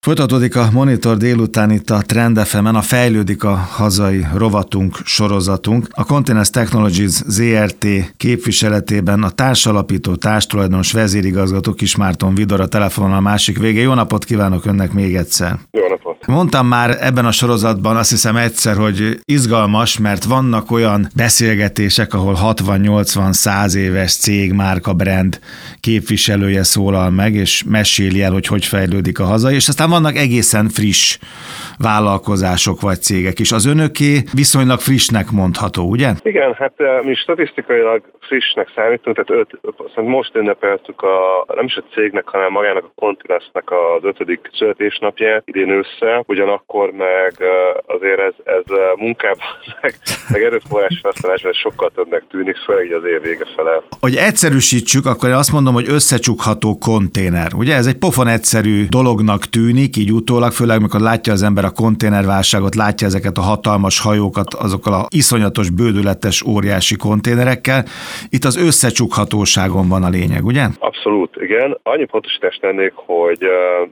Folytatódik a Monitor délután itt a Trend FM-en, a Fejlődik a hazai rovatunk, sorozatunk. A Continenz Technologies Zrt. Képviseletében a társalapító, társtulajdonos, vezérigazgató Kis Márton Vidor a telefonon a másik vége. Jó napot kívánok önnek még egyszer! Jó napot! Mondtam már ebben a sorozatban azt hiszem egyszer, hogy izgalmas, mert vannak olyan beszélgetések, ahol 60-80-100 éves cég, márka, brand képviselője szólal meg, és meséli el, hogy fejlődik a hazai, és aztán vannak egészen friss vállalkozások vagy cégek is. Az önöké viszonylag frissnek mondható, ugye? Igen, hát mi statisztikailag frissnek számítunk, tehát most ünnepeltük nem is a cégnek, hanem magának a Continenznek az 5. születésnapját idén össze, ugyanakkor meg azért ez munkában, meg erőforrás felhasználásban sokkal többnek tűnik, főleg az év vége fele. Hogy egyszerűsítsük, akkor én azt mondom, hogy összecsukható konténer. Ugye ez egy pofon egyszerű dolognak tűnik, így utólag, főleg amikor látja az ember a konténerválságot, látja ezeket a hatalmas hajókat, azokkal a iszonyatos, bődületes, óriási konténerekkel. Itt az összecsukhatóságon van a lényeg, ugye? Abszolút, igen. Annyi pontosítást tennék, hogy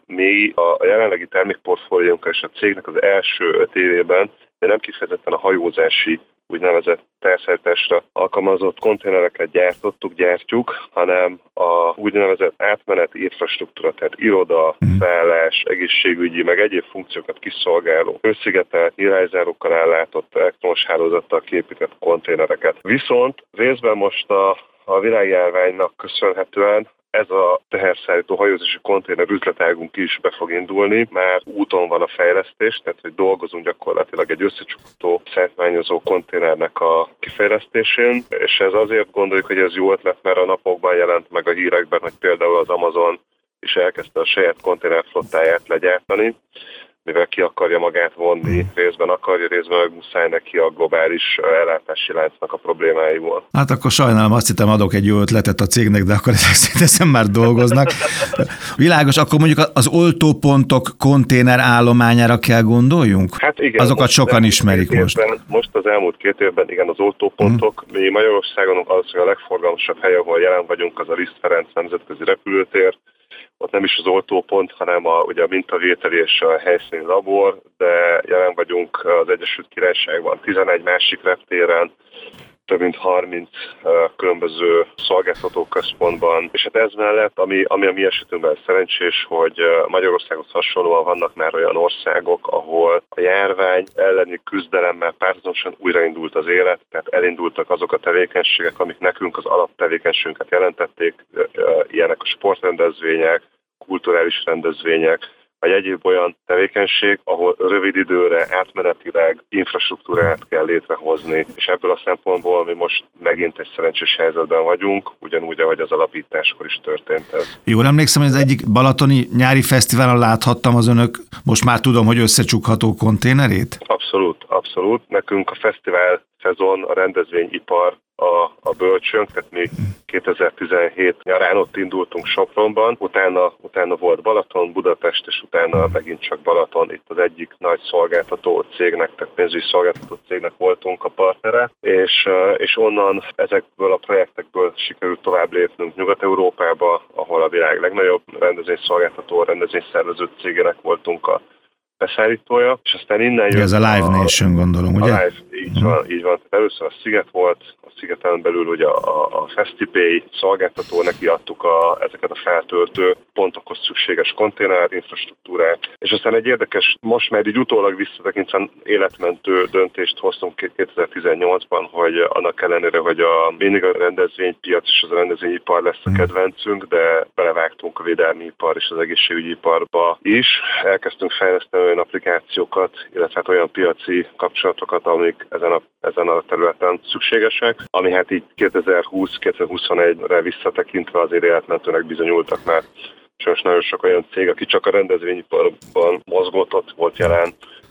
mi a jelenlegi termékportfóliónkkal és a cégnek az első 5 évében nem kifejezetten a hajózási úgynevezett teherszállításra alkalmazott konténereket gyártjuk, hanem a úgynevezett átmeneti infrastruktúra, tehát iroda, szállás, egészségügyi, meg egyéb funkciókat kiszolgáló, hőszigetelt, irányzárókkal ellátott elektromos hálózattal kiépített konténereket. Viszont részben most a világjárványnak köszönhetően ez a teherszállító hajózási konténer üzletágunk is be fog indulni. Már úton van a fejlesztés, tehát hogy dolgozunk gyakorlatilag egy összecsukható szállítmányozó konténernek a kifejlesztésén, és ez azért gondoljuk, hogy ez jó ötlet, mert a napokban jelent meg a hírekben, hogy például az Amazon is elkezdte a saját konténerflottáját legyártani, mivel ki akarja magát vonni, részben akarja, részben meg muszáj neki a globális ellátási láncnak a problémáiból. Hát akkor sajnálom, azt hittem adok egy jó ötletet a cégnek, de akkor ezen már dolgoznak. Világos, akkor mondjuk az oltópontok konténer állományára kell gondoljunk? Hát igen. Azokat sokan ismerik most. Most az elmúlt 2 évben igen, az oltópontok. Mi Magyarországon az, hogy a legforgalmasabb hely, ahol jelen vagyunk, az a Liszt Ferenc nemzetközi repülőtér. Ott nem is az oltópont, hanem ugye a mintavételi és a helyszíni labor, de jelen vagyunk az Egyesült Királyságban 11 másik reptéren, több mint 30 különböző szolgáltatóközpontban. És hát ez mellett, ami a mi esetünkben szerencsés, hogy Magyarországhoz hasonlóan vannak már olyan országok, ahol a járvány elleni küzdelemmel párhuzamosan újraindult az élet, tehát elindultak azok a tevékenységek, amik nekünk az alaptevékenységünket jelentették, ilyenek a sportrendezvények, kulturális rendezvények, vagy egyéb olyan tevékenység, ahol rövid időre átmenetileg infrastruktúrát kell létrehozni, és ebből a szempontból mi most megint egy szerencsés helyzetben vagyunk, ugyanúgy, ahogy az alapításkor is történt ez. Jól emlékszem, hogy az egyik balatoni nyári fesztiválon láthattam az önök, most már tudom, hogy összecsukható konténerét? Abszolút. Nekünk a fesztivál szezon, a rendezvényipar a bölcsőnk, tehát mi 2017 nyarán ott indultunk Sopronban, utána volt Balaton, Budapest, és utána megint csak Balaton, itt az egyik nagy szolgáltató cégnek, tehát pénzügyi szolgáltató cégnek voltunk a partnere, és onnan ezekből a projektekből sikerült tovább lépnünk Nyugat-Európába, ahol a világ legnagyobb rendezvényszolgáltató, rendezvényszervező cégének voltunk a beszállítója, és aztán innen jött ez a Live Nation, gondolom, ugye? A Live, így van. Tehát először a Sziget volt, a Szigeten belül ugye a FestiPay szolgáltató, neki adtuk ezeket a feltöltő pontokhoz szükséges konténer infrastruktúrát, és aztán egy érdekes, most már így utólag visszatekintve életmentő döntést hoztunk 2018-ban, hogy annak ellenére, hogy mindig a rendezvénypiac és az a rendezvényipar lesz a kedvencünk, de belevágtunk a védelmi ipar és az egészségügyi iparba is. Elkezdtünk fejleszteni olyan applikációkat, illetve olyan piaci kapcsolatokat, amik ezen a területen szükségesek, ami hát így 2020-2021-re visszatekintve azért életmentőnek bizonyultak, mert sajnos nagyon sok olyan cég, aki csak a rendezvényiparban mozgott, ott volt jelen,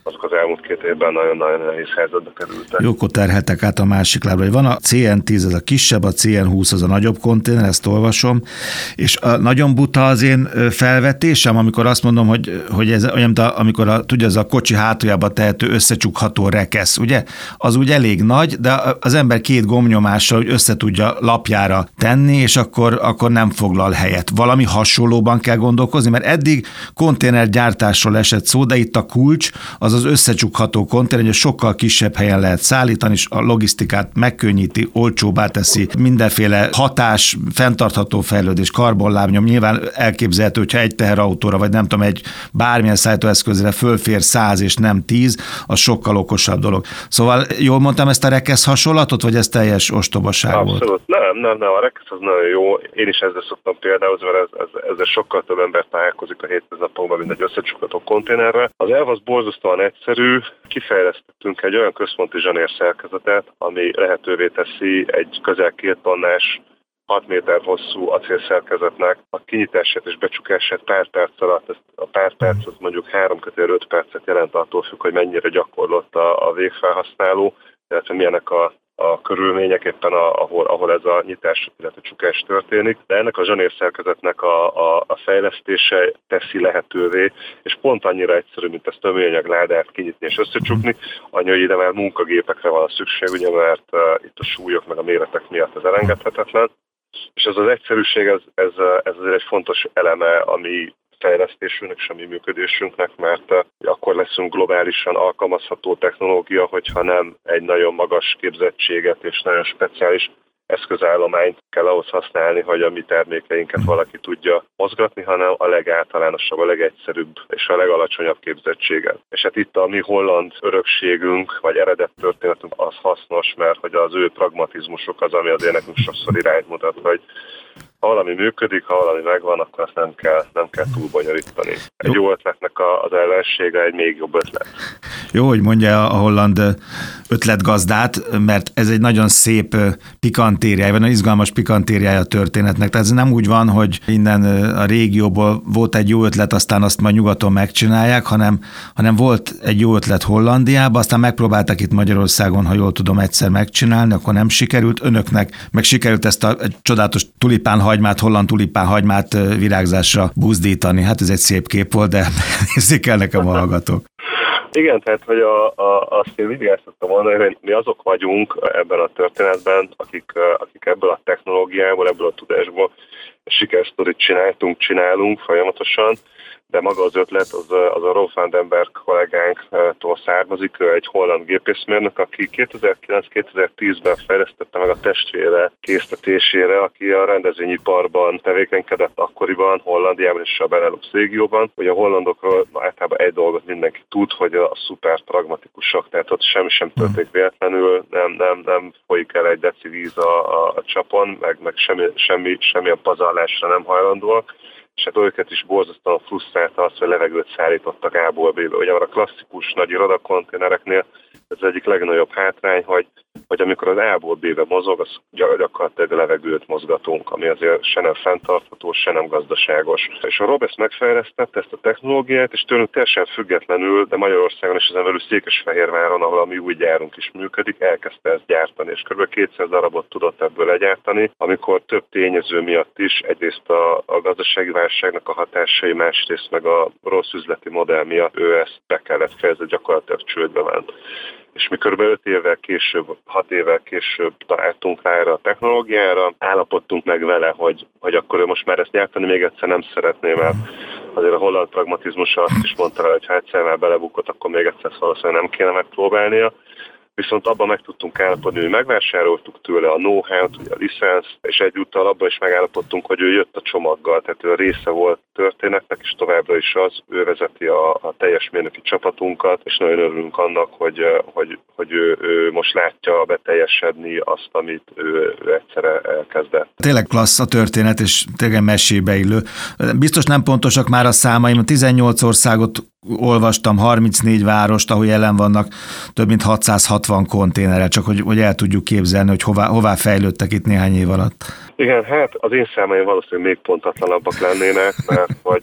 azok az elmúlt 2 évben nagyon-nagyon nehéz helyzetbe kerültek. Jókor terheltek át a másik lábra, hogy van a CN10, ez a kisebb, a CN20 az a nagyobb konténer, ezt olvasom, és nagyon buta az én felvetésem, amikor azt mondom, hogy ez olyan, amikor tudja, az a kocsi hátuljába tehető összecsukható rekesz, ugye? Az úgy elég nagy, de az ember 2 gombnyomással hogy össze tudja lapjára tenni, és akkor nem foglal helyet. Valami hasonlóban kell gondolkozni, mert eddig konténergyártásról esett szó, de itt a kulcs az összecsukható konténer, hogy sokkal kisebb helyen lehet szállítani, és a logisztikát megkönnyíti, olcsóbbá teszi, mindenféle hatás, fenntartható fejlődés, karbonlábnyom, nyilván elképzelhető, hogyha egy teherautóra, vagy nem tudom, egy bármilyen szállítóeszközre fölfér 100 és nem 10, az sokkal okosabb dolog. Szóval jól mondtam ezt a rekesz hasonlatot, vagy ez teljes ostobaság volt? Abszolút. Nem, a rekesz az nagyon jó. Én is ezzel szoktam például, mert ezzel sokkal több ember találkozik a hétköznapokban, mint egy összecsukható konténerrel. Az elv az borzasztóan egyszerű. Kifejlesztettünk egy olyan központi zsanér szerkezetet, ami lehetővé teszi egy közel 2 tonnás 6 méter hosszú acélszerkezetnek a kinyitását és becsukását pár perc alatt. A pár perc az mondjuk 3-5 percet jelent, attól függ, hogy mennyire gyakorlott a végfelhasználó, illetve milyenek a körülmények éppen, ahol ez a nyitás, illetve csukás történik. De ennek a zsanérszerkezetnek a fejlesztése teszi lehetővé, és pont annyira egyszerű, mint ezt a műanyag ládát kinyitni és összecsukni, annyi, hogy ide már munkagépekre van szükség, ugye, mert itt a súlyok meg a méretek miatt ez elengedhetetlen. És ez az egyszerűség, ez azért egy fontos eleme, ami fejlesztésünknek és a mi működésünknek, mert akkor leszünk globálisan alkalmazható technológia, hogyha nem egy nagyon magas képzettséget és nagyon speciális eszközállományt kell ahhoz használni, hogy a mi termékeinket valaki tudja mozgatni, hanem a legáltalánosabb, a legegyszerűbb és a legalacsonyabb képzettséget. És hát itt a mi holland örökségünk, vagy eredet történetünk az hasznos, mert hogy az ő pragmatizmusuk az, ami azért nekünk sokszor irányt mutat, hogy ha valami működik, ha valami megvan, akkor azt nem kell túl bonyolítani. Egy jó ötletnek az ellensége egy még jobb ötlet. Jó, hogy mondja a holland ötletgazdát, mert ez egy nagyon szép pikantériája, vagy nagyon izgalmas pikantériája a történetnek. Tehát ez nem úgy van, hogy innen a régióból volt egy jó ötlet, aztán azt majd nyugaton megcsinálják, hanem volt egy jó ötlet Hollandiában, aztán megpróbáltak itt Magyarországon, ha jól tudom, egyszer megcsinálni, akkor nem sikerült. Önöknek meg sikerült ezt a csodálatos tulipánhagymát, holland tulipánhagymát virágzásra buzdítani. Hát ez egy szép kép volt, de nézzék el nekem a hallgatók. Igen, tehát, hogy azt én mindig el szoktam mondani, hogy mi azok vagyunk ebben a történetben, akik ebből a technológiából, ebből a tudásból sikersztorit csinálunk folyamatosan, de maga az ötlet az a Rob van den Berg kollégánktól származik, ő egy holland gépészmérnök, aki 2009-2010-ben fejlesztette meg a testvére késztetésére, aki a rendezvényiparban tevékenykedett akkoriban, Hollandiában és a Benelux régióban. Ugye a hollandokról általában egy dolgot mindenki tud, hogy a szuper pragmatikusak, tehát ott semmi sem történik véletlenül, nem folyik el egy deci víz a csapon, meg semmilyen pazarlásra nem hajlandóak. És hát őket is borzasztóan frusztrálta azt, hogy levegőt szállítottak A-ból B-be. Ugye a klasszikus nagy irodakonténereknél ez az egyik legnagyobb hátrány, hogy amikor az A-ból B-be mozog, az gyakorlatilag levegőt mozgatunk, ami azért se nem fenntartható, se nem gazdaságos. És a Rob ezt megfejlesztette, ezt a technológiát, és tőlünk teljesen függetlenül, de Magyarországon és ezen belül Székesfehérváron, ahol a mi új gyárunk is működik, elkezdte ezt gyártani, és kb. 200 darabot tudott ebből legyártani, amikor több tényező miatt is, egyrészt a gazdasági válságnak a hatásai, másrészt meg a rossz üzleti modell miatt ő ezt be kellett fejezni, gyakorlatilag csődbe ment. És mi kb. 6 évvel később találtunk rá erre a technológiára, állapodtunk meg vele, hogy akkor ő most már ezt gyártani még egyszer nem szeretné, mert azért a holland pragmatizmusa azt is mondta rá, hogy ha egyszer már belebukott, akkor még egyszer valószínűleg nem kéne megpróbálnia. Viszont abban meg tudtunk állapodni, hogy megvásároltuk tőle a know-how-t, ugye a licensz, és egyúttal abban is megállapodtunk, hogy ő jött a csomaggal, tehát ő a része volt történetnek, és továbbra is az, ő vezeti a teljes mérnöki csapatunkat, és nagyon örülünk annak, hogy ő most látja beteljesedni azt, amit ő egyszerre elkezdett. Tényleg klassz a történet, és tényleg mesébe illő. Biztos nem pontosak már a számaim, 18 országot olvastam 34 várost, ahol jelen vannak több mint 660 konténerre, csak hogy el tudjuk képzelni, hogy hová fejlődtek itt néhány év alatt. Igen, hát az én számaim valószínűleg még pontatlanabbak lennének, mert vagy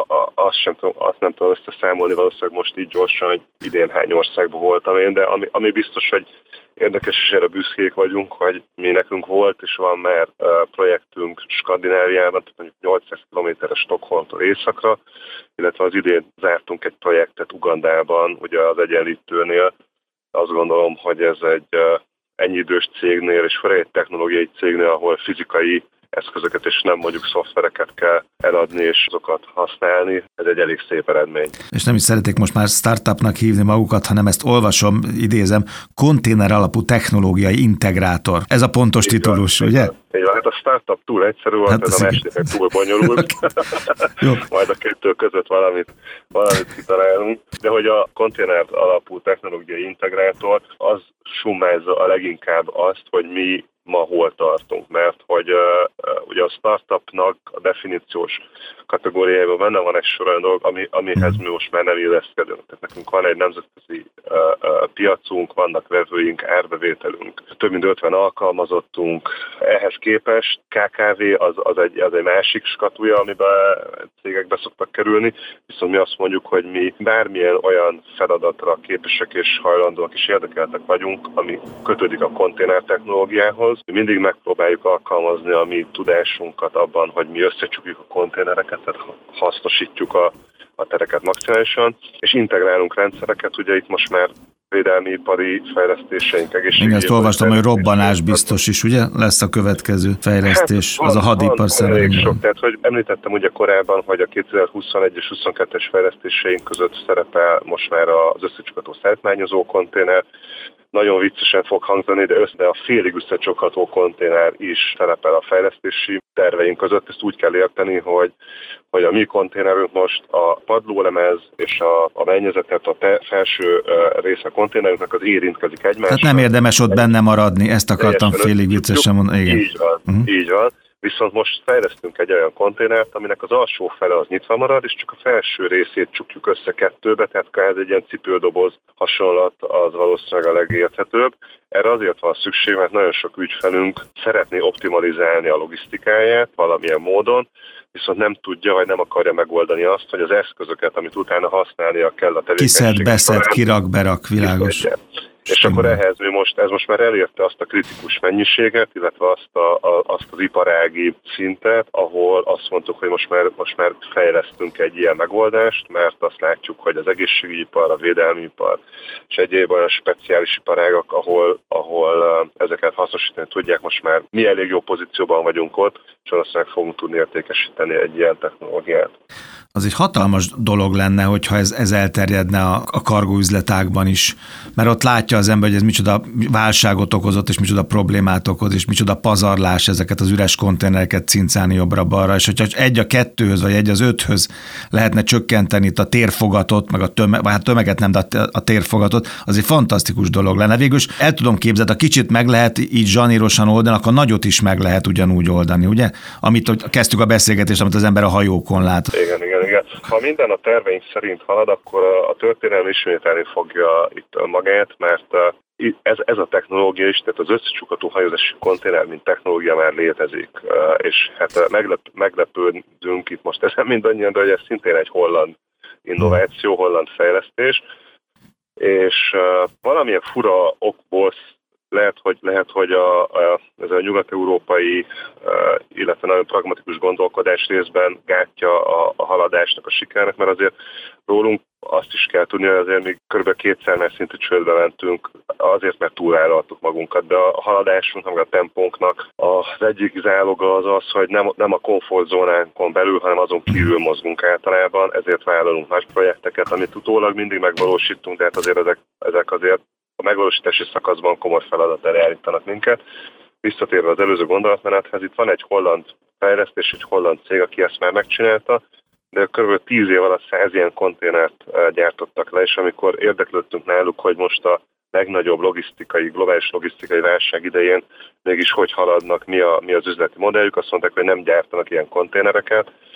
azt nem tudom összeszámolni valószínűleg most így gyorsan, hogy idén hány országban voltam én, de ami biztos, hogy érdekes, és erre büszkék vagyunk, hogy mi nekünk volt és van már projektünk Skandináviában, tehát mondjuk 800 km-es Stockholmtól északra, illetve az idén zártunk egy projektet Ugandában, ugye az Egyenlítőnél. Azt gondolom, hogy ez egy ennyi idős cégnél, és főleg egy technológiai cégnél, ahol fizikai eszközöket és nem mondjuk szoftvereket kell eladni és azokat használni. Ez egy elég szép eredmény. És nem is szeretnék most már startupnak hívni magukat, hanem ezt olvasom, idézem, konténer alapú technológiai integrátor. Ez a pontos titulus, ugye? Így van, hát a startup túl egyszerű volt, ez a másik túl bonyolult. Majd a kettő között valamit kitalálunk. De hogy a konténer alapú technológiai integrátor, az summázza a leginkább azt, hogy mi ma hol tartunk, mert hogy ugye a startupnak a definíciós kategóriájában benne van egy sor olyan dolog, amihez mi most már nem illeszkedünk. Tehát nekünk van egy nemzetközi piacunk, vannak vevőink, árbevételünk, több mint 50 alkalmazottunk. Ehhez képest KKV az egy másik skatuja, amiben cégekbe szoktak kerülni, viszont mi azt mondjuk, hogy mi bármilyen olyan feladatra képesek és hajlandóak és érdekeltek vagyunk, ami kötődik a konténer technológiához. Mi mindig megpróbáljuk alkalmazni a mi tudásunkat abban, hogy mi összecsukjuk a konténereket, tehát hasznosítjuk a tereket maximálisan, és integrálunk rendszereket, ugye itt most már védelmi ipari fejlesztéseink, egészségügyi. Igen, ezt olvastam, hogy robbanás biztos is, ugye? Lesz a következő fejlesztés, hát, az a hadipar szerelően. Tehát, hogy említettem ugye korábban, hogy a 2021 és 22-es fejlesztéseink között szerepel most már az összecsukható szállítmányozó konténer. Nagyon viccesen fog hangzani, de a félig összecsukható konténer is szerepel a fejlesztési terveink között. Ezt úgy kell érteni, hogy a mi konténerünk most a padlólemez és a mennyezet, tehát a felső része a konténerünknek az érintkezik egymással. Tehát nem érdemes ott benne maradni, ezt akartam félig viccesen mondani. Igen. Így van. Viszont most fejlesztünk egy olyan konténert, aminek az alsó fele az nyitva marad, és csak a felső részét csukjuk össze kettőbe, tehát ez egy ilyen cipődoboz hasonlat, az valószínűleg a legérthetőbb. Erre azért van szükség, mert nagyon sok ügyfelünk szeretné optimalizálni a logisztikáját valamilyen módon, viszont nem tudja, vagy nem akarja megoldani azt, hogy az eszközöket, amit utána használni kell a tevékenységben. Kiszed, beszed, kirak, berak, világos. És akkor ehhez ez most már elérte azt a kritikus mennyiséget, illetve azt az iparági szintet, ahol azt mondtuk, hogy most már fejlesztünk egy ilyen megoldást, mert azt látjuk, hogy az egészségügyipar, a védelmi ipar és egyéb olyan speciális iparágak, ahol ezeket hasznosítani tudják, most már mi elég jó pozícióban vagyunk ott, és valószínűleg fogunk tudni értékesíteni egy ilyen technológiát. Az egy hatalmas dolog lenne, hogyha ez elterjedne a kargóüzletákban is, mert ott látja az ember, hogy ez micsoda válságot okozott, és micsoda problémát okoz, és micsoda pazarlás ezeket az üres konténereket cincálni jobbra-balra, és hogyha 1-2-höz, vagy 1-5-höz lehetne csökkenteni itt a térfogatot, meg a tömeget nem, de a térfogatot, az egy fantasztikus dolog lenne. Végülis el tudom képzelni, ha kicsit meg lehet így zsanírosan oldani, akkor nagyot is meg lehet ugyanúgy oldani, ugye? Amit kezdtük a beszélgetést, amit az ember a hajókon lát. Igen. Ha minden a terveink szerint halad, akkor a történelem ismételni fogja itt magát, mert ez a technológia is, tehát az összecsukható hajózási konténer, mint technológia már létezik. És hát meglepődünk itt most ezen mindannyian, de hogy ez szintén egy holland innováció, holland fejlesztés, és valamilyen fura okból lehet, hogy ez a nyugat-európai, illetve nagyon pragmatikus gondolkodás részben gátja a haladásnak, a sikernek, mert azért rólunk azt is kell tudni, hogy azért még kb. 2-szer szintű csődbe mentünk, azért, mert túlvállaltuk magunkat, de a haladásunknak, meg a tempónknak az egyik záloga az, hogy nem a komfortzónánkon belül, hanem azon kívül mozgunk általában, ezért vállalunk nagy projekteket, amit utólag mindig megvalósítunk, de hát azért ezek azért a megvalósítási szakaszban komoly feladat elé állítanak minket. Visszatérve az előző gondolatmenethez, itt van egy holland fejlesztés, egy holland cég, aki ezt már megcsinálta, de kb. 10 év alatt 100 ilyen konténert gyártottak le, és amikor érdeklődtünk náluk, hogy most a legnagyobb globális logisztikai válság idején mégis hogy haladnak, mi az üzleti modelljük, azt mondták, hogy nem gyártanak ilyen konténereket,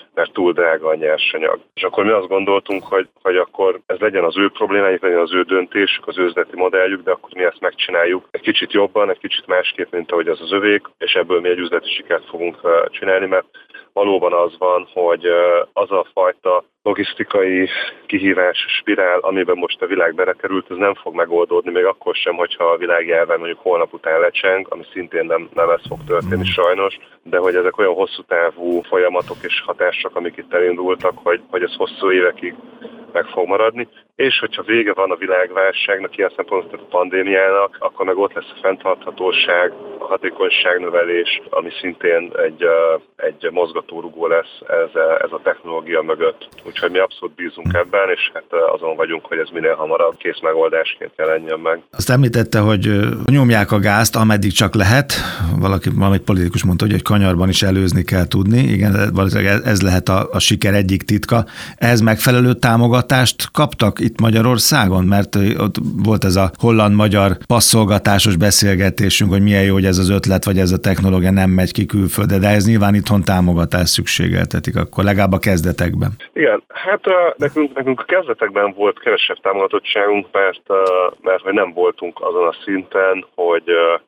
mert túl drága a nyersanyag. És akkor mi azt gondoltunk, hogy akkor ez legyen az ő problémájuk, legyen az ő döntésük, az ő üzleti modelljük, de akkor mi ezt megcsináljuk egy kicsit jobban, egy kicsit másképp, mint ahogy az övék, és ebből mi egy üzleti sikert fogunk csinálni, mert valóban az van, hogy az a fajta logisztikai kihívás, spirál, amiben most a világ belekerült, ez nem fog megoldódni, még akkor sem, hogyha a világjárvány mondjuk holnap után lecseng, ami szintén nem ez fog történni sajnos, de hogy ezek olyan hosszú távú folyamatok és hatások, amik itt elindultak, hogy ez hosszú évekig meg fog maradni, és hogyha vége van a világválságnak, ilyen szempontból a pandémiának, akkor meg ott lesz a fenntarthatóság, a hatékonyságnövelés, ami szintén egy mozgatórugó lesz ez a technológia mögött. Úgyhogy mi abszolút bízunk ebben, és hát azon vagyunk, hogy ez minél hamarabb kész megoldásként jelenjen meg. Azt említette, hogy nyomják a gázt, ameddig csak lehet. Valamelyik politikus mondta, hogy egy kanyarban is előzni kell tudni. Igen, valószínűleg ez lehet a siker egyik titka. Ehhez megfelelő támogatást kaptak itt Magyarországon? Mert ott volt ez a holland-magyar passzolgatásos beszélgetésünk, hogy milyen jó, hogy ez az ötlet, vagy ez a technológia nem megy ki külföldre, de ez nyilván itthon támogatás szükségeltetik, akkor legalább a kezdetekben. Igen, hát nekünk a kezdetekben volt kevesebb támogatottságunk, mert hogy nem voltunk azon a szinten, hogy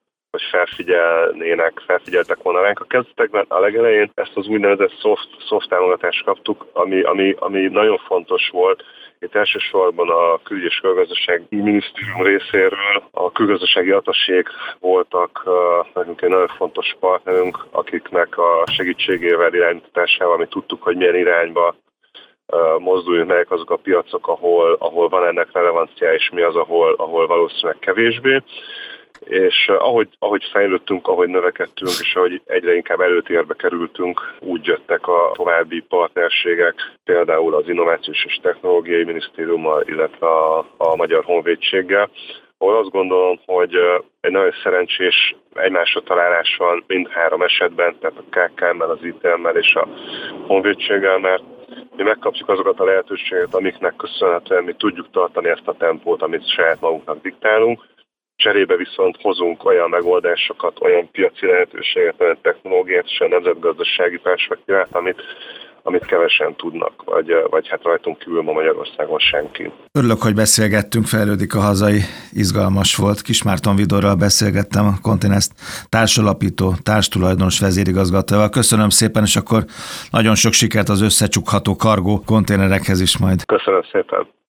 felfigyeltek volna ránk. A kezdetekben a legelején ezt az úgynevezett soft támogatást kaptuk, ami nagyon fontos volt. Itt elsősorban a Külügy- és Külgazdasági Minisztérium részéről a külgazdasági atasék voltak nekünk egy nagyon fontos partnerünk, akiknek a segítségével, irányításával mi tudtuk, hogy milyen irányba mozduljunk meg azok a piacok, ahol van ennek relevanciája, és mi az, ahol valószínűleg kevésbé. És ahogy fejlődtünk, ahogy növekedtünk, és ahogy egyre inkább előtérbe kerültünk, úgy jöttek a további partnerségek, például az Innovációs és Technológiai Minisztériummal, illetve a Magyar Honvédséggel, ahol azt gondolom, hogy egy nagyon szerencsés egymásra találás van mindhárom esetben, tehát a KKM-mel, az ITM-mel és a Honvédséggel, mert mi megkapjuk azokat a lehetőségeket, amiknek köszönhetően mi tudjuk tartani ezt a tempót, amit saját magunknak diktálunk. Cserébe viszont hozunk olyan megoldásokat, olyan piaci lehetőséget, olyan technológiát és olyan nemzetgazdasági perspektívát, amit kevesen tudnak, vagy hát rajtunk kívül ma Magyarországon senki. Örülök, hogy beszélgettünk, fejlődik a hazai, izgalmas volt. Kis Márton Vidorral beszélgettem, a Continest társalapító, társtulajdonos vezérigazgatóval. Köszönöm szépen, és akkor nagyon sok sikert az összecsukható kargó konténerekhez is majd. Köszönöm szépen.